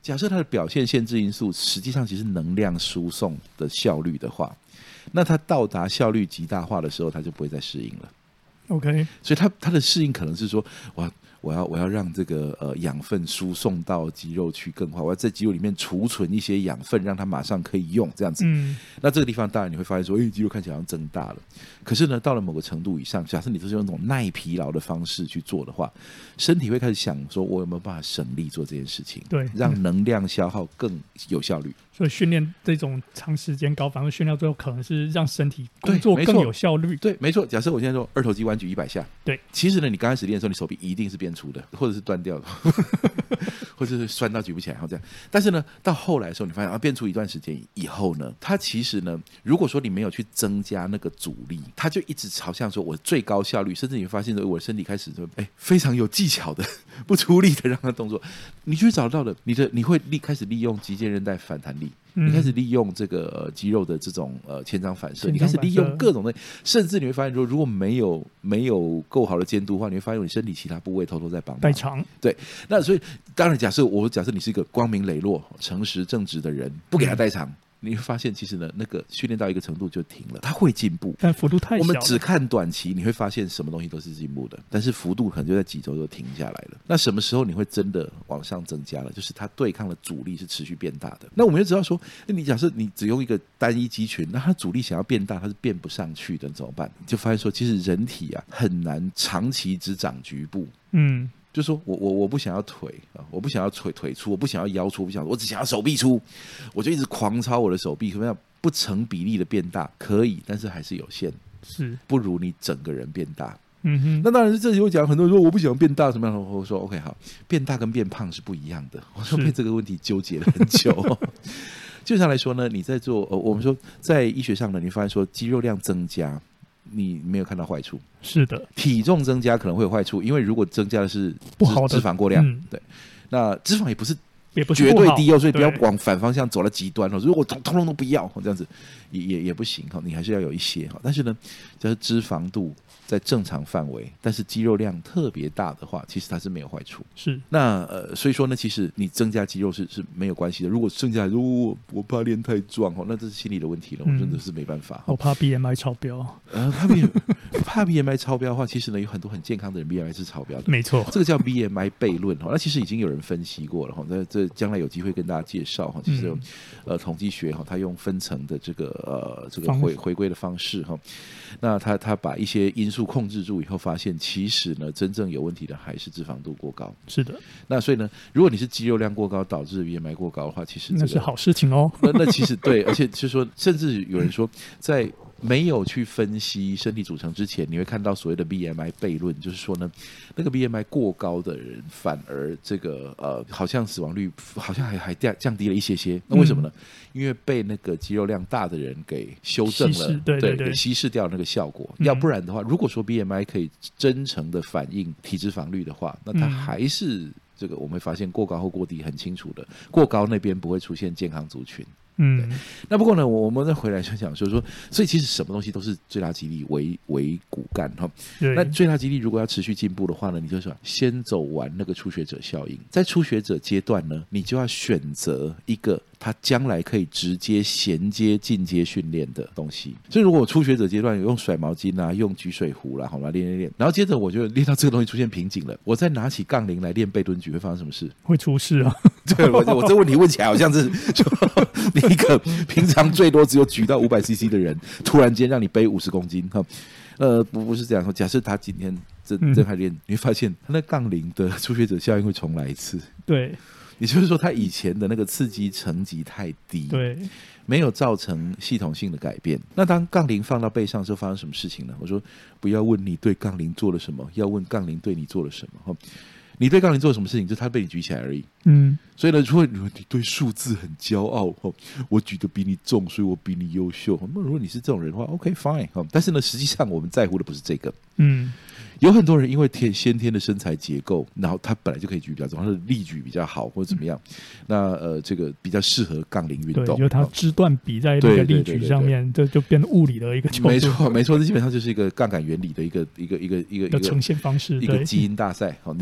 假设它的表现限制因素实际上其实能量输送的效率的话，那它到达效率极大化的时候，它就不会再适应了。 OK， 所以它的适应可能是说，我要让这个养分输送到肌肉去更快，我要在肌肉里面储存一些养分，让它马上可以用这样子。那这个地方当然你会发现说，肌肉看起来好像增大了，可是呢，到了某个程度以上，假设你是用那种耐疲劳的方式去做的话，身体会开始想说，我有没有办法省力做这件事情， 对， 让能量消耗更有效率。 所以训练这种长时间高反复训练，最后可能是让身体工作更有效率。 对，没错。假设我现在说二头肌弯举100下， 对， 其实呢，你刚开始练的时候，你手臂一定是变粗的，或者是断掉的，或者是酸到举不起来，这样。但是呢，到后来的时候，你发现变粗一段时间以后呢，它其实呢，如果说你没有去增加那个阻力，它就一直朝向说我最高效率，甚至你会发现我的身体开始非常有技巧的不出力的让它动作，你就会找到了你会开始利用肌腱韧带反弹力。你开始利用这个肌肉的这种前掌反射，你开始利用各种的，甚至你会发现说，如果没有够好的监督的话，你会发现你身体其他部位偷偷在帮忙代偿。 对，那所以当然假设你是一个光明磊落、诚实正直的人，不给他代偿。你会发现其实呢，那个训练到一个程度就停了，它会进步， 但幅度太小了。 我们只看短期，你会发现什么东西都是进步的，但是幅度可能就在几周就停下来了。那什么时候你会真的往上增加了？就是它对抗的阻力是持续变大的。那我们就知道说，你假设你只用一个单一肌群，那它阻力想要变大，它是变不上去的，怎么办？你就发现说，其实人体啊很难长期只长局部。就说我不想要腿啊，我不想要腿粗，我不想要腰粗，我只想要手臂粗，我就一直狂操我的手臂，可能不成比例的变大可以，但是还是有限， 是不如你整个人变大。那当然这里我讲很多人说我不想变大什么样的，我说 OK 好，变大跟变胖是不一样的。我说被这个问题纠结了很久。就像来说呢，你在做我们说在医学上呢，你发现说肌肉量增加。你没有看到坏处， 是的， 体重增加可能会有坏处，因为如果增加的是不好的脂肪过量，对，那脂肪也不是绝对低所以不要往反方向走到极端如果通通都不要这样子也不行你还是要有一些但是呢，就是脂肪度在正常范围，但是肌肉量特别大的话，其实它是没有坏处。 是那所以说呢，其实你增加肌肉是没有关系的。如果剩下来说我怕练太壮那这是心理的问题了，我真的是没办法。 我怕 BMI 超标。 怕 BMI 超标的话，其实呢有很多很健康的人 BMI 是超标的， 没错， 这个叫 BMI 悖论那其实已经有人分析过了这将来有机会跟大家介绍其实统计学它用分层的这个回归的方式那他把一些因素控制住以后，发现其实呢真正有问题的还是脂肪度过高。 是的， 那所以呢，如果你是肌肉量过高导致 BMI 过高的话，其实那是好事情那其实对，而且就是说，甚至有人说在没有去分析身体组成之前，你会看到所谓的 BMI 悖论，就是说呢，那个 BMI 过高的人反而这个好像死亡率好像还降低了一些。那为什么呢？因为被那个肌肉量大的人给修正了， 对， 给稀释掉那个效果。要不然的话，如果说 BMI 可以真诚的反映体脂肪率的话，那它还是这个我们会发现过高或过低很清楚的，过高那边不会出现健康族群。那不过呢，我们再回来想说，所以其实什么东西都是最大肌力为骨干那最大肌力如果要持续进步的话呢，你就说先走完那个初学者效应，在初学者阶段呢，你就要选择一个它将来可以直接衔接进阶训练的东西。所以如果我初学者阶段有用甩毛巾啊，用举水壶啦，好吗？练，然后接着我就练到这个东西出现瓶颈了，我再拿起杠铃来练背蹲举，会发生什么事？ 会出事啊！ 对，我这问题问起来好像是你一个平常最多只有举到500cc 的人，突然间让你背50公斤不是这样说。假设他今天正开始练，你会发现他那杠铃的初学者效应会重来一次。 对， 也就是说他以前的那个刺激层级太低， 对， 没有造成系统性的改变。那当杠铃放到背上之后发生什么事情呢？我说不要问你对杠铃做了什么，要问杠铃对你做了什么。你对杠铃做了什么事情，就是他被你举起来而已。所以呢，如果你对数字很骄傲我举得比你重，所以我比你优秀。那如果你是这种人的话 OK fine 但是呢，实际上我们在乎的不是这个。有很多人因为先天的身材结构，然后他本来就可以举比较重，他的力举比较好或者怎么样，那这个比较适合杠铃运动。 对，就是他肢段比在那个力举上面，这就变成物理的一个角度。 没错，这基本上就是一个杠杆原理的一个呈现方式， 一个基因大赛。你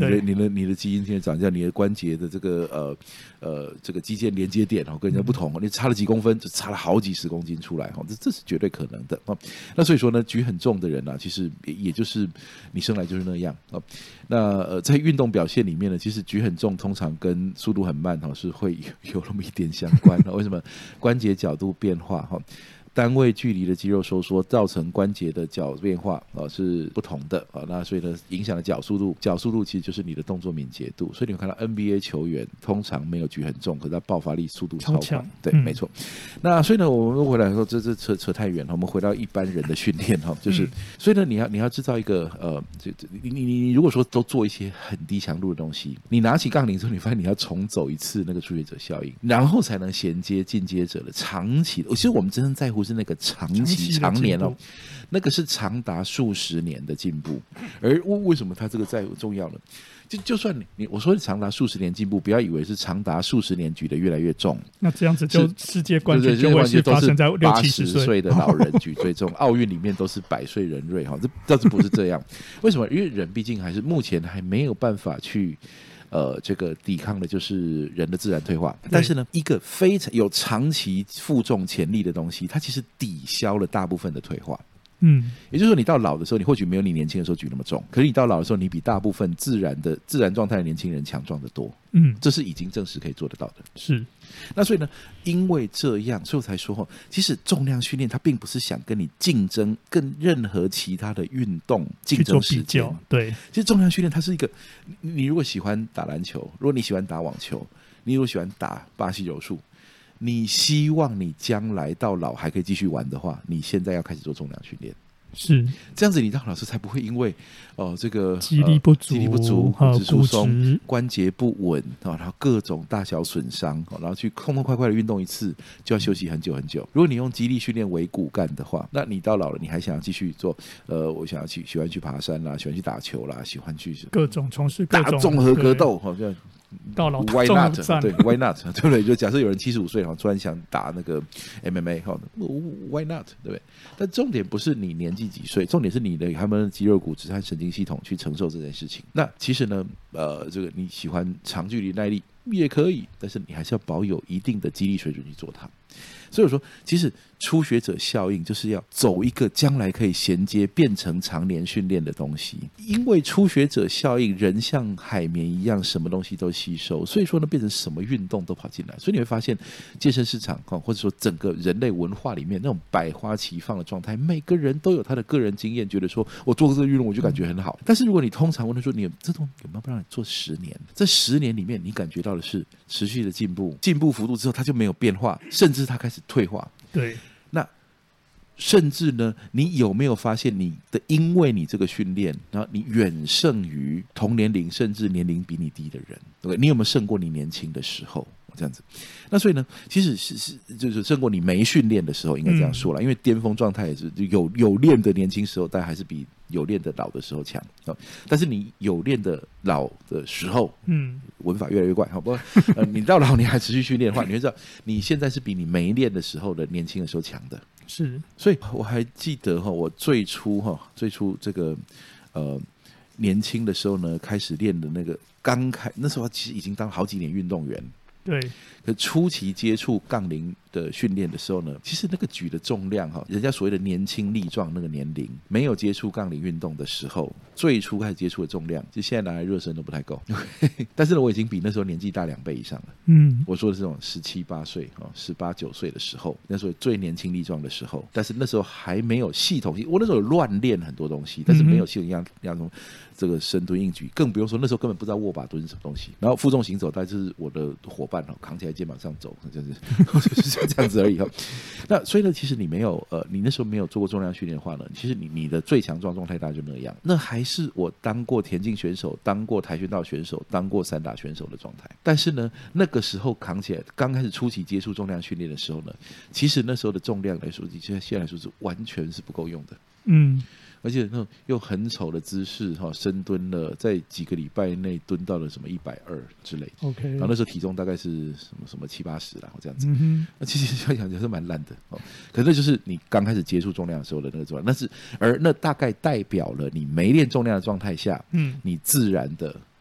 呢你的基因现在长这样，你的关节的这个这个肌腱连接点跟人家不同，你差了几公分就差了好几十公斤出来，这是绝对可能的。那所以说呢，举很重的人啊，其实也就是你生来就是那样。那在运动表现里面呢，其实举很重通常跟速度很慢是会有那么一点相关。为什么？关节角度变化单位距离的肌肉收缩造成关节的角变化是不同的那所以呢影响了角速度其实就是你的动作敏捷度，所以你会看到 NBA 球员通常没有举很重，可是他爆发力速度超快，对，没错。那所以呢我们回来说这扯太远了，我们回到一般人的训练就是所以呢你要制造一个你如果说都做一些很低强度的东西，你拿起杠铃之后你发现你要重走一次那个初学者效应，然后才能衔接进阶者的长期的。其实我们真正在乎是那个长期长年那个是长达数十年的进步。而为什么它这个在乎重要呢？就算我说长达数十年进步，不要以为是长达数十年举得越来越重， 那这样子就世界冠军就会是发生在60-70 岁的老人举最重，奥运里面都是100岁人瑞这倒是不是这样？为什么？因为人毕竟还是目前还没有办法去这个抵抗的就是人的自然退化，但是呢，一个非常有长期负重潜力的东西，它其实抵消了大部分的退化。也就是说你到老的时候你或许没有你年轻的时候举那么重，可是你到老的时候你比大部分自然状态的年轻人强壮得多。这是已经证实可以做得到的。是。那所以呢因为这样，所以我才说其实重量训练它并不是想跟你竞争，跟任何其他的运动竞争时间。对，其实重量训练它是一个，你如果喜欢打篮球，如果你喜欢打网球，你如果喜欢打巴西柔术，你希望你将来到老还可以继续玩的话，你现在要开始做重量训练。是这样子，你到老师才不会因为这个肌力不足、骨质疏松、关节不稳然后各种大小损伤，然后去痛痛快快的运动一次就要休息很久很久。如果你用肌力训练为骨干的话，那你到老了你还想要继续做我想要喜欢去爬山啦，喜欢去打球啦，喜欢去各种从事各种打综合格斗到老 why not 对 why not 对不对？就假设有人75岁突然想打那个 MMA why not 对不对？但重点不是你年纪几岁，重点是你的他们的肌肉骨质和神经系统去承受这件事情。那其实呢这个你喜欢长距离耐力也可以，但是你还是要保有一定的肌力水准去做它。所以我说其实初学者效应就是要走一个将来可以衔接变成常年训练的东西。因为初学者效应人像海绵一样什么东西都吸收，所以说呢变成什么运动都跑进来。所以你会发现健身市场或者说整个人类文化里面那种百花齐放的状态，每个人都有他的个人经验，觉得说我做这个运动我就感觉很好。但是如果你通常问他说你这种有没有让你做10年，这10年里面你感觉到的是持续的进步幅度之后它就没有变化，甚至它开始退化。对，那甚至呢你有没有发现因为你这个训练，然后你远胜于同年龄甚至年龄比你低的人，对，你有没有胜过你年轻的时候这样子？那所以呢其实是就是胜过你没训练的时候，应该这样说啦，因为巅峰状态也是有练的年轻时候，但还是比有练的老的时候强。但是你有练的老的时候文法越来越怪好不好你到老你还持续训练的话，你会知道你现在是比你没练的时候的年轻的时候强的。是，所以我还记得我最初这个年轻的时候呢开始练的那个那时候其实已经当好几年运动员。对，可初期接触杠铃的训练的时候呢，其实那个举的重量人家所谓的年轻力壮那个年龄，没有接触杠铃运动的时候，最初开始接触的重量，就现在拿来热身都不太够但是呢我已经比那时候年纪大2倍以上了。我说的是这种17、8岁18、19岁的时候，那时候最年轻力壮的时候，但是那时候还没有系统性，我那时候有乱练很多东西，但是没有系统一样这个深蹲硬举，更不用说那时候根本不知道握把蹲是什么东西，然后负重行走大概就是我的伙伴扛起来肩膀上走，就是这样子而已那所以呢其实你没有你那时候没有做过重量训练的话呢，其实你的最强状态大概就那样。那还是我当过田径选手，当过跆拳道选手，当过散打选手的状态。但是呢那个时候扛起来刚开始初期接触重量训练的时候呢，其实那时候的重量来说现在来说是完全是不够用的。而且那种用很丑的姿势深蹲了，在几个礼拜内蹲到了什么120之类的。OK， 然后那时候体重大概是什么70-80啦，这样子。那其实想想是蛮烂的可是那就是你刚开始接触重量的时候的那个状态，而那大概代表了你没练重量的状态下，你自然的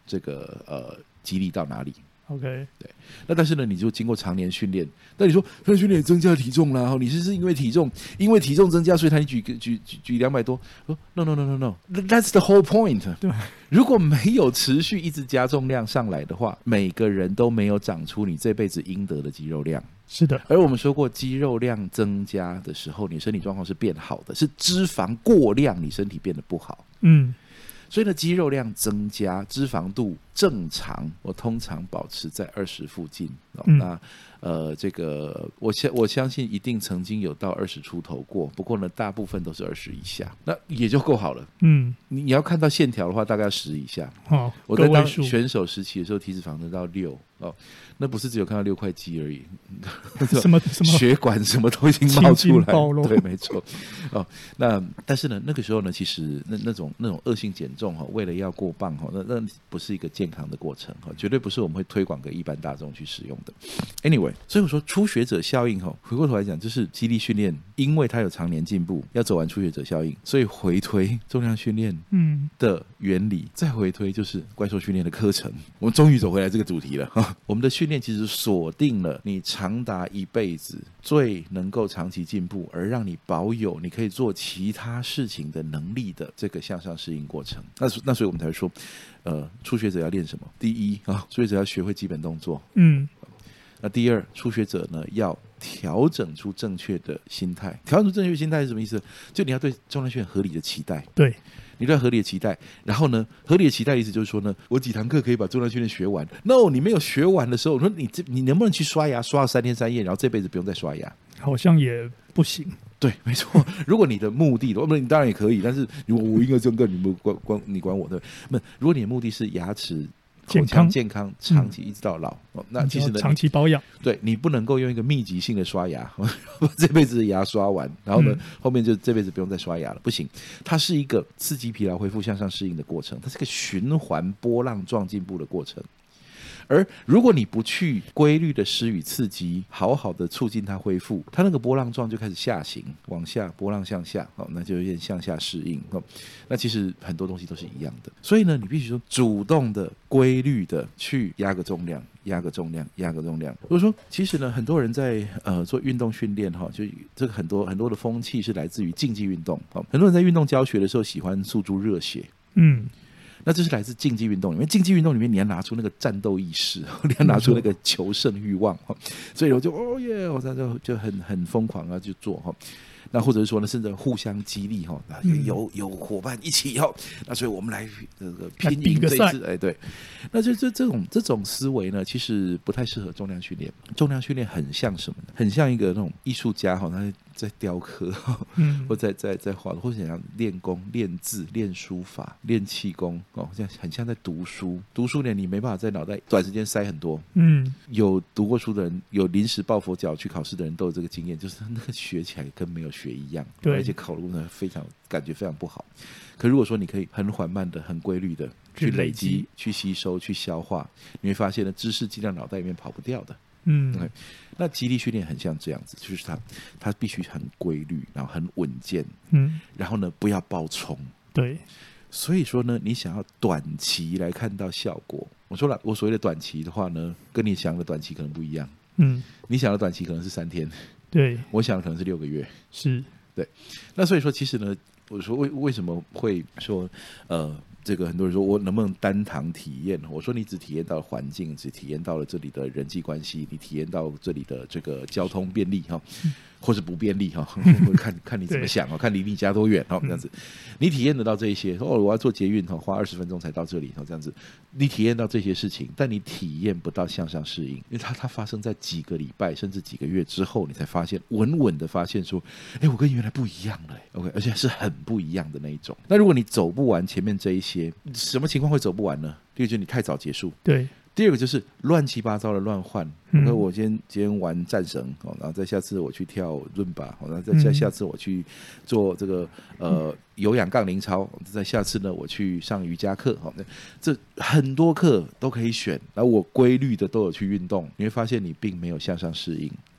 这个肌力到哪里。 OK， 对，那但是呢，你就经过常年训练，那你说他训练增加体重啦，你是因为体重增加，所以他举200多，说 no，that's the whole point。 对， 如果没有持续一直加重量上来的话，每个人都没有长出你这辈子应得的肌肉量。 是的， 而我们说过，肌肉量增加的时候，你身体状况是变好的，是脂肪过量，你身体变得不好。所以呢，肌肉量增加，脂肪度正常，我通常保持在20附近。那这个我相信一定曾经有到20出头过，不过呢，大部分都是20以下，那也就够好了。你要看到线条的话，大概10以下。我在当选手时期的时候，体脂肪能到6。那不是只有看到6块肌而已， 什么血管什么都已经冒出来，对，没错。那但是呢，那个时候呢，其实那种恶性减重为了要过磅那不是一个健康的过程绝对不是我们会推广给一般大众去使用的。Anyway， 所以我说初学者效应回过头来讲，就是肌力训练，因为它有常年进步，要走完初学者效应，所以回推重量训练的原理，再回推就是怪兽训练的课程。我们终于走回来这个主题了。我们的训练其实锁定了你长达一辈子最能够长期进步，而让你保有你可以做其他事情的能力的这个向上适应过程。那所以我们才说初学者要练什么？第一初学者要学会基本动作。那第二，初学者呢要调整出正确的心态。调整出正确的心态是什么意思？就你要对重量训练合理的期待。对，你对合理的期待，然后呢，合理的期待的意思就是说呢，我几堂课可以把重量训练学完。No， 你没有学完的时候，我说你能不能去刷牙，刷3天3夜，然后这辈子不用再刷牙？好像也不行。对，没错。如果你的目的，你当然也可以，但是如果我应该这样干，你管我对？不，如果你的目的是牙齿口腔健康，长期一直到老，那其实呢，长期保养，对，你不能够用一个密集性的刷牙，把这辈子的牙刷完，然后呢，后面就这辈子不用再刷牙了，不行。它是一个刺激、疲劳、恢复、向上适应的过程，它是个循环波浪状进步的过程。而如果你不去规律的施予刺激，好好的促进它恢复，它那个波浪状就开始下行，往下波浪向下，那就有点向下适应。那其实很多东西都是一样的，所以呢，你必须说主动的、规律的去压个重量。压个重量。我说，其实呢，很多人在做运动训练就这个很多的风气是来自于竞技运动。很多人在运动教学的时候喜欢诉诸热血。那这是来自竞技运动里面，竞技运动里面你要拿出那个战斗意识，你要拿出那个求胜欲望，所以我就我就很疯狂去做。那或者是说呢，甚至互相激励有伙伴一起那所以我们来拼赢这一次。对，那就这种思维呢，其实不太适合重量训练。重量训练很像什么呢？很像一个那种艺术家他在雕刻，或在画，或者想练功、练字、练书法、练气功很像在读书。读书呢，你没办法在脑袋短时间塞很多。有读过书的人，有临时抱佛脚去考试的人都有这个经验，就是那个学起来跟没有学一样，而且考入呢感觉非常不好。可如果说你可以很缓慢的、很规律的去累积、去吸收、去消化，你会发现呢，知识进到脑袋里面跑不掉的。那肌力训练很像这样子，就是它必须很规律，然后很稳健，然后呢不要爆冲。对，所以说呢，你想要短期来看到效果，我说了，我所谓的短期的话呢，跟你想的短期可能不一样。你想的短期可能是3天，对，我想的可能是6个月。是，对。那所以说，其实呢，我说为什么会说这个很多人说我能不能单堂体验？我说你只体验到了环境，只体验到了这里的人际关系，你体验到这里的这个交通便利或是不便利看你怎么想看离你家多远这样子，你体验得到这一些我要坐捷运花20分钟才到这里这样子，你体验到这些事情，但你体验不到向上适应，因为它发生在几个礼拜甚至几个月之后，你才发现稳的发现说，我跟原来不一样了，OK， 而且是很不一样的那一种。那如果你走不完前面这一些，什么情况会走不完呢？第一个就是你太早结束，对。第二个就是乱七八糟的乱换，我今天玩战绳然后再下次我去跳伦巴，然后再下次我去做这个有氧杠铃操，再下次呢我去上瑜伽课，这很多课都可以选，然后我规律的都有去运动，你会发现你并没有向上适应。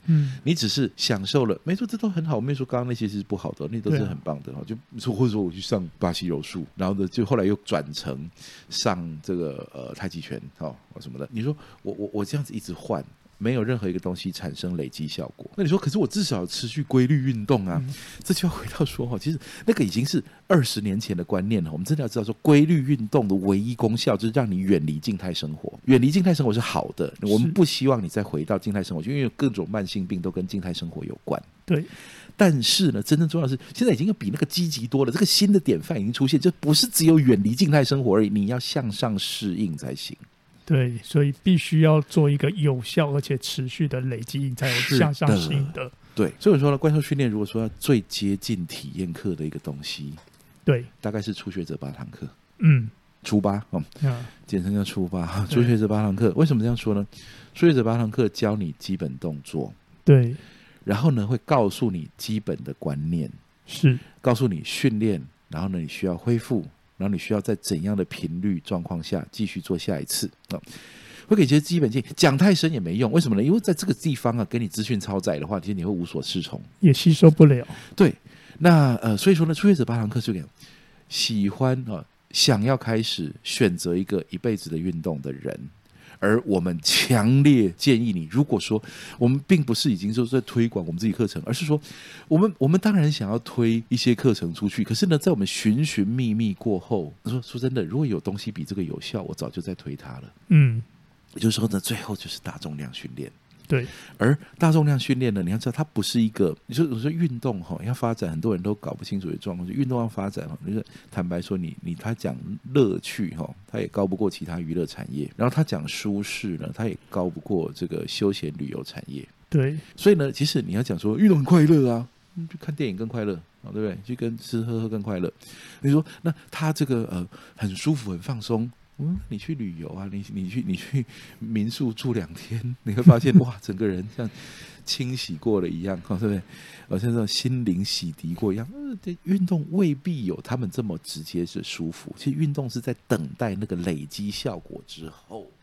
你只是享受了，没错，这都很好，我没说刚刚那些是不好的，那都是很棒的，就或者说我去上巴西柔术，然后呢就后来又转成上这个太极拳什么的，你说我这样子一直换，没有任何一个东西产生累积效果。那你说可是我至少持续规律运动啊，这就要回到说其实那个已经是20年前的观念了。我们真的要知道说，规律运动的唯一功效就是让你远离静态生活。远离静态生活是好的，我们不希望你再回到静态生活，因为各种慢性病都跟静态生活有关。 对， 但是呢，真正重要的是，现在已经比那个积极多了。这个新的典范已经出现，就不是只有远离静态生活而已，你要向上适应才行。 对，所以必须要做一个有效而且持续的累积，才有向上适应的。对， 所以我说呢，怪兽训练如果说要最接近体验课的一个东西， 对， 大概是初学者8堂课。初8简称叫初8。初学者8堂课，为什么这样说呢？初学者8堂课教你基本动作， 对， 然后呢会告诉你基本的观念， 是告诉你训练，然后呢你需要恢复。然后你需要在怎样的频率状况下继续做下一次会给一些基本建议，讲太深也没用。为什么呢？因为在这个地方给你资讯超载的话，其实你会无所适从， 也吸收不了。 对，那所以说呢，初学者8堂课是给喜欢想要开始选择一个一辈子的运动的人。而我们强烈建议你，如果说我们并不是已经说在推广我们自己课程，而是说我们当然想要推一些课程出去，可是呢，在我们寻寻觅觅过后，说真的，如果有东西比这个有效，我早就在推它了。也就是说呢，最后就是大重量训练。 对， 而大重量训练呢，你要知道它不是一个，你说运动要发展，很多人都搞不清楚的状况，就运动要发展就是坦白说他讲乐趣他也高不过其他娱乐产业，然后他讲舒适呢，他也高不过这个休闲旅游产业。 对， 所以呢，其实你要讲说运动很快乐啊，去看电影更快乐对不对？去跟吃喝更快乐。你说那他这个很舒服很放松。你去旅游啊，你去民宿住2天，你会发现哇，整个人像清洗过了一样，对不对？像这种心灵洗涤过一样。运动未必有他们这么直接的舒服，其实运动是在等待那个累积效果之后。